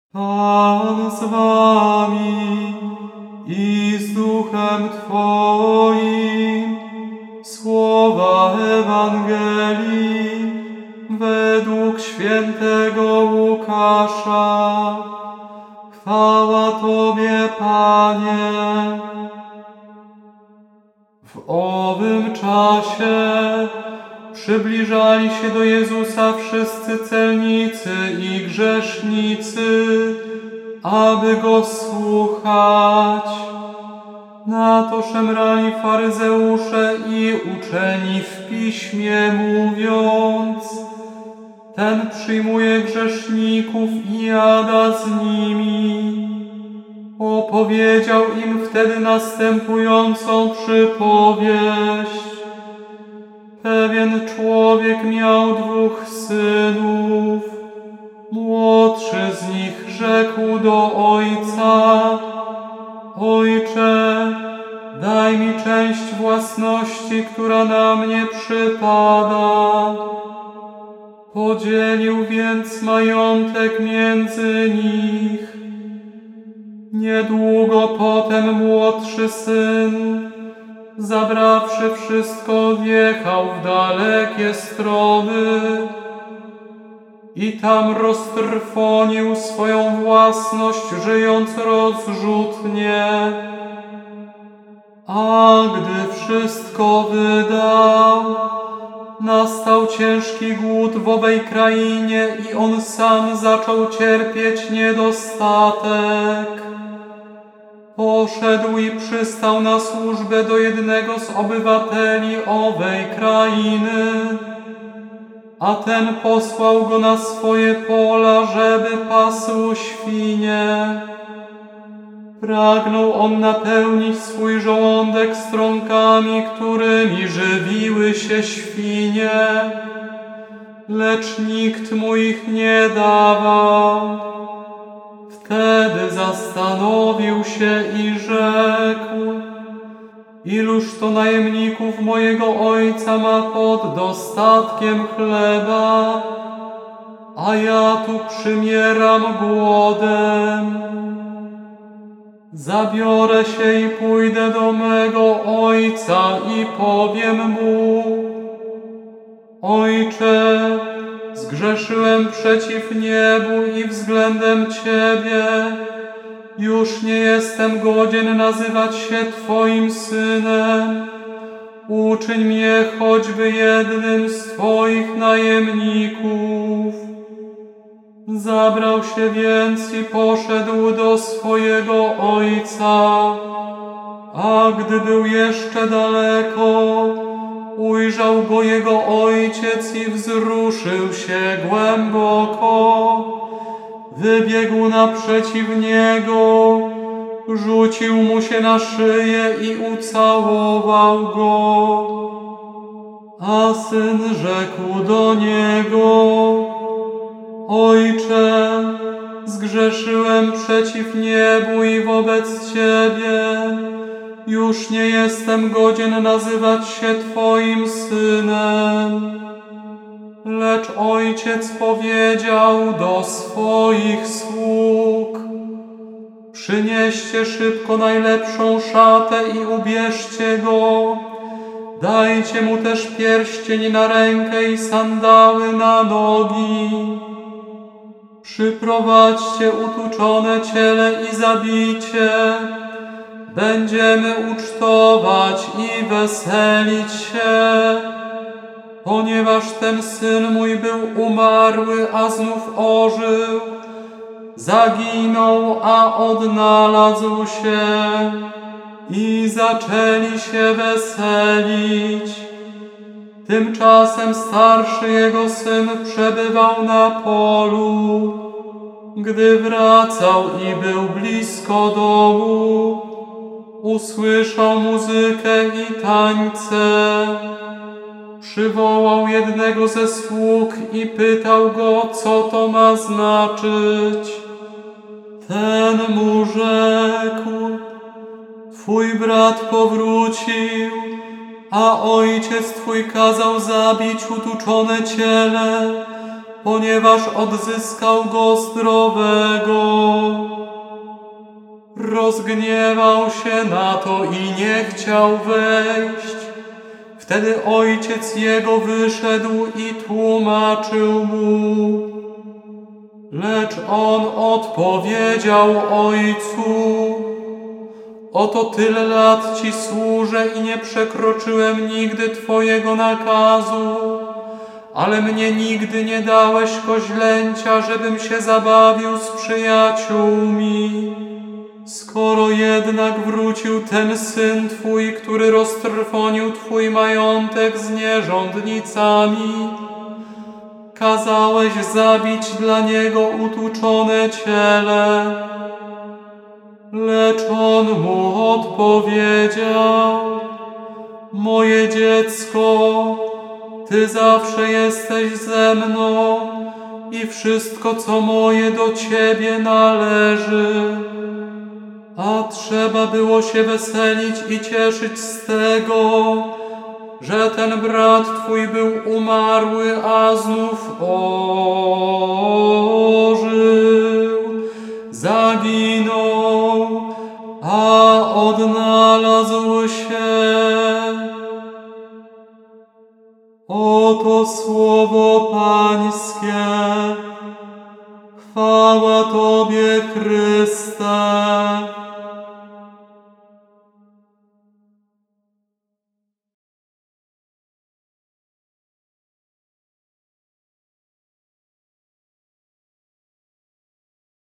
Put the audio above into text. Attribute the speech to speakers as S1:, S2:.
S1: Pan z wami i z duchem Twoim. Słowa Ewangelii według świętego Łukasza. Chwała Tobie, Panie. W owym czasie przybliżali się do Jezusa wszyscy celnicy i grzesznicy, aby Go słuchać. Na to szemrali faryzeusze i uczeni w piśmie, mówiąc: ten przyjmuje grzeszników i jada z nimi. Opowiedział im wtedy następującą przypowieść. Pewien człowiek miał 2 synów. Młodszy z nich rzekł do ojca: Ojcze, daj mi część własności, która na mnie przypada. Podzielił więc majątek między nich. Niedługo potem młodszy syn, zabrawszy wszystko, wjechał w dalekie strony i tam roztrwonił swoją własność, żyjąc rozrzutnie. A gdy wszystko wydał, nastał ciężki głód w owej krainie i on sam zaczął cierpieć niedostatek. Poszedł i przystał na służbę do jednego z obywateli owej krainy, a ten posłał go na swoje pola, żeby pasł świnie. Pragnął on napełnić swój żołądek strąkami, którymi żywiły się świnie, lecz nikt mu ich nie dawał. Wtedy zastanowił się i rzekł: iluż to najemników mojego ojca ma pod dostatkiem chleba, a ja tu przymieram głodem. Zabiorę się i pójdę do mego ojca i powiem mu: Ojcze, zgrzeszyłem przeciw niebu i względem Ciebie. Już nie jestem godzien nazywać się Twoim synem. Uczyń mnie choćby jednym z Twoich najemników. Zabrał się więc i poszedł do swojego ojca. A gdy był jeszcze daleko, ujrzał go jego ojciec i wzruszył się głęboko. Wybiegł naprzeciw niego, rzucił mu się na szyję i ucałował go. A syn rzekł do niego: Ojcze, zgrzeszyłem przeciw niebu i wobec Ciebie. Już nie jestem godzien nazywać się Twoim synem. Lecz ojciec powiedział do swoich sług: przynieście szybko najlepszą szatę i ubierzcie go. Dajcie mu też pierścień na rękę i sandały na nogi. Przyprowadźcie utuczone ciele i zabijcie. Będziemy ucztować i weselić się, ponieważ ten syn mój był umarły, a znów ożył, zaginął, a odnalazł się. I zaczęli się weselić. Tymczasem starszy jego syn przebywał na polu. Gdy wracał i był blisko domu, usłyszał muzykę i tańce. Przywołał jednego ze sług i pytał go, co to ma znaczyć. Ten mu rzekł: Twój brat powrócił, a ojciec Twój kazał zabić utuczone ciele, ponieważ odzyskał go zdrowego. rozgniewał się na to i nie chciał wejść. Wtedy ojciec jego wyszedł i tłumaczył mu. Lecz on odpowiedział ojcu: oto tyle lat ci służę i nie przekroczyłem nigdy twojego nakazu, ale mnie nigdy nie dałeś koźlęcia, żebym się zabawił z przyjaciółmi. Skoro jednak wrócił ten syn twój, który roztrwonił twój majątek z nierządnicami, kazałeś zabić dla niego utłuczone ciele. Lecz on mu odpowiedział: moje dziecko, ty zawsze jesteś ze mną i wszystko, co moje, do ciebie należy. A trzeba było się weselić i cieszyć z tego, że ten brat twój był umarły, a znów ożył, zaginął, a odnalazł się. Oto słowo Pańskie. Chwała Tobie, Chryste.